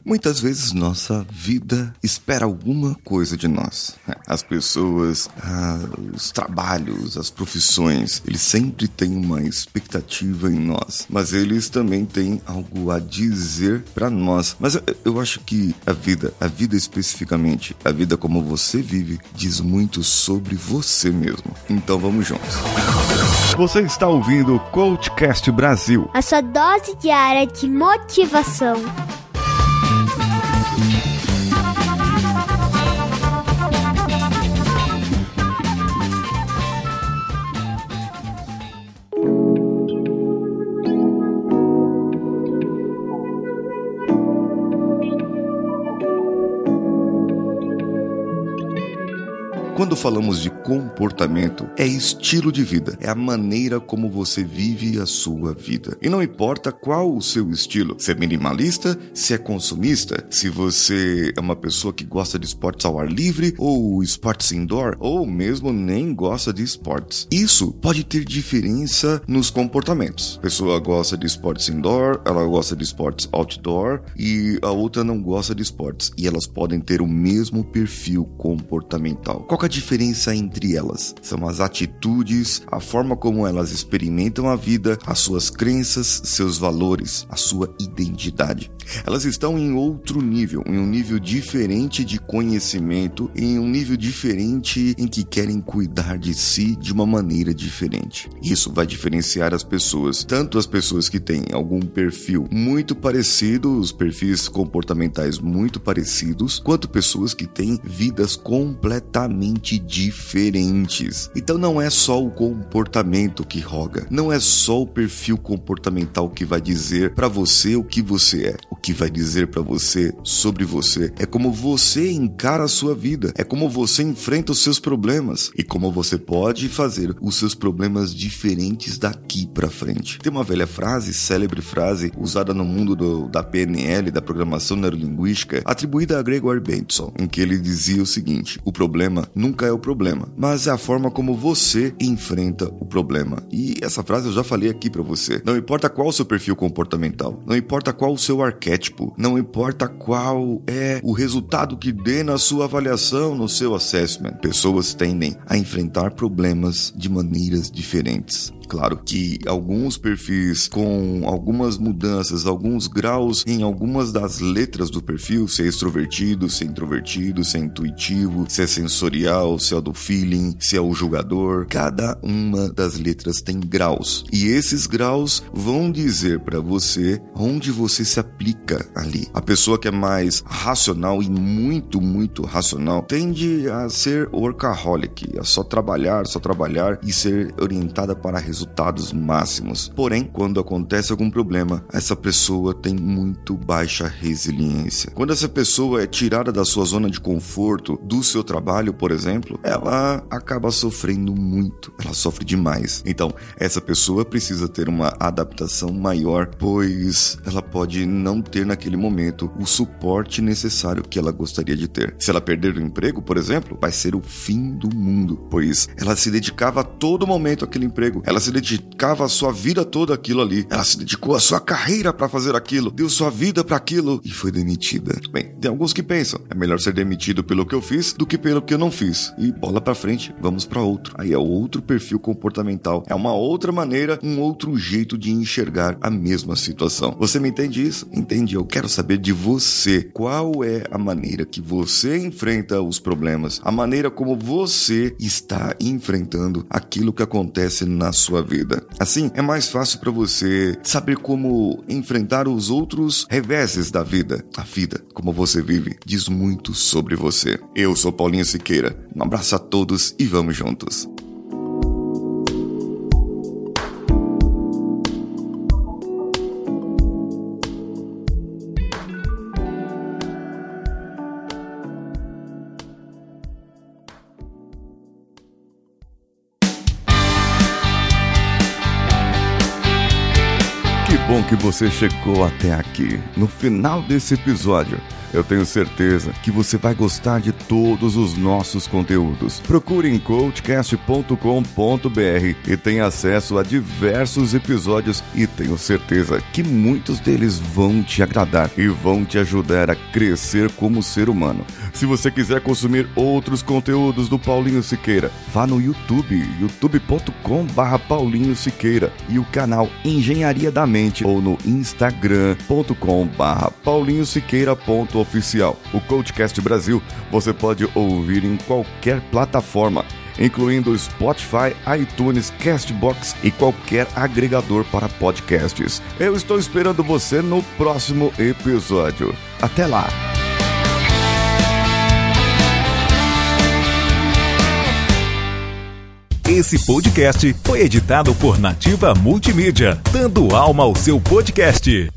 Muitas vezes nossa vida espera alguma coisa de nós. As pessoas, os trabalhos, as profissões, eles sempre têm uma expectativa em nós, mas eles também têm algo a dizer para nós. Mas eu acho que a vida especificamente, a vida como você vive, diz muito sobre você mesmo. Então vamos juntos. Você está ouvindo o Coachcast Brasil, a sua dose diária de motivação. Quando falamos de comportamento, é estilo de vida, é a maneira como você vive a sua vida. E não importa qual o seu estilo, se é minimalista, se é consumista, se você é uma pessoa que gosta de esportes ao ar livre, ou esportes indoor, ou mesmo nem gosta de esportes. Isso pode ter diferença nos comportamentos. A pessoa gosta de esportes indoor, ela gosta de esportes outdoor, e a outra não gosta de esportes. E elas podem ter o mesmo perfil comportamental. Qual que é a diferença entre elas? São as atitudes, a forma como elas experimentam a vida, as suas crenças, seus valores, a sua identidade. Elas estão em outro nível, em um nível diferente de conhecimento, em um nível diferente em que querem cuidar de si de uma maneira diferente. Isso vai diferenciar as pessoas, tanto as pessoas que têm algum perfil muito parecido, os perfis comportamentais muito parecidos, quanto pessoas que têm vidas completamente diferentes. Então não é só o comportamento que roga, não é só o perfil comportamental que vai dizer pra você o que você é. O que vai dizer pra você sobre você é como você encara a sua vida, é como você enfrenta os seus problemas e como você pode fazer os seus problemas diferentes daqui pra frente. Tem uma velha frase, célebre frase, usada no mundo da PNL, da programação neurolinguística, atribuída a Gregory Bateson, em que ele dizia o seguinte: o problema nunca é o problema, mas é a forma como você enfrenta o problema. E essa frase eu já falei aqui pra você. Não importa qual o seu perfil comportamental, não importa qual o seu arquétipo, não importa qual é o resultado que dê na sua avaliação, no seu assessment, pessoas tendem a enfrentar problemas de maneiras diferentes. Claro que alguns perfis com algumas mudanças, alguns graus em algumas das letras do perfil, se é extrovertido, se é introvertido, se é intuitivo, se é sensorial, se é do feeling, se é o julgador, cada uma das letras tem graus. E esses graus vão dizer para você onde você se aplica ali. A pessoa que é mais racional e muito, muito racional tende a ser workaholic, a só trabalhar e ser orientada para resultados máximos. Porém, quando acontece algum problema, essa pessoa tem muito baixa resiliência. Quando essa pessoa é tirada da sua zona de conforto, do seu trabalho, por exemplo, ela acaba sofrendo muito. Ela sofre demais. Então, essa pessoa precisa ter uma adaptação maior, pois ela pode não ter naquele momento o suporte necessário que ela gostaria de ter. Se ela perder o emprego, por exemplo, vai ser o fim do mundo, pois ela se dedicava a todo momento àquele emprego. Ela se dedicava a sua vida toda àquilo ali. Ela se dedicou a sua carreira para fazer aquilo, deu sua vida para aquilo e foi demitida. Bem, tem alguns que pensam, é melhor ser demitido pelo que eu fiz do que pelo que eu não fiz. E bola pra frente, vamos pra outro. Aí é outro perfil comportamental. É uma outra maneira, um outro jeito de enxergar a mesma situação. Você me entende isso? Entendi. Eu quero saber de você. Qual é a maneira que você enfrenta os problemas? A maneira como você está enfrentando aquilo que acontece na sua vida. Assim, é mais fácil pra você saber como enfrentar os outros reveses da vida. A vida, como você vive, diz muito sobre você. Eu sou Paulinho Siqueira. Um abraço a todos e vamos juntos. bom que você chegou até aqui. No final desse episódio, eu tenho certeza que você vai gostar de todos os nossos conteúdos. Procure em coachcast.com.br e tenha acesso a diversos episódios e tenho certeza que muitos deles vão te agradar e vão te ajudar a crescer como ser humano. Se você quiser consumir outros conteúdos do Paulinho Siqueira, vá no YouTube, youtube.com/Paulinho Siqueira e o canal Engenharia da Mente ou no instagram.com/paulinhosiqueira.oficial. O Coachcast Brasil você pode ouvir em qualquer plataforma, incluindo Spotify, iTunes, Castbox e qualquer agregador para podcasts. Eu estou esperando você no próximo episódio. Até lá! Esse podcast foi editado por Nativa Multimídia, dando alma ao seu podcast.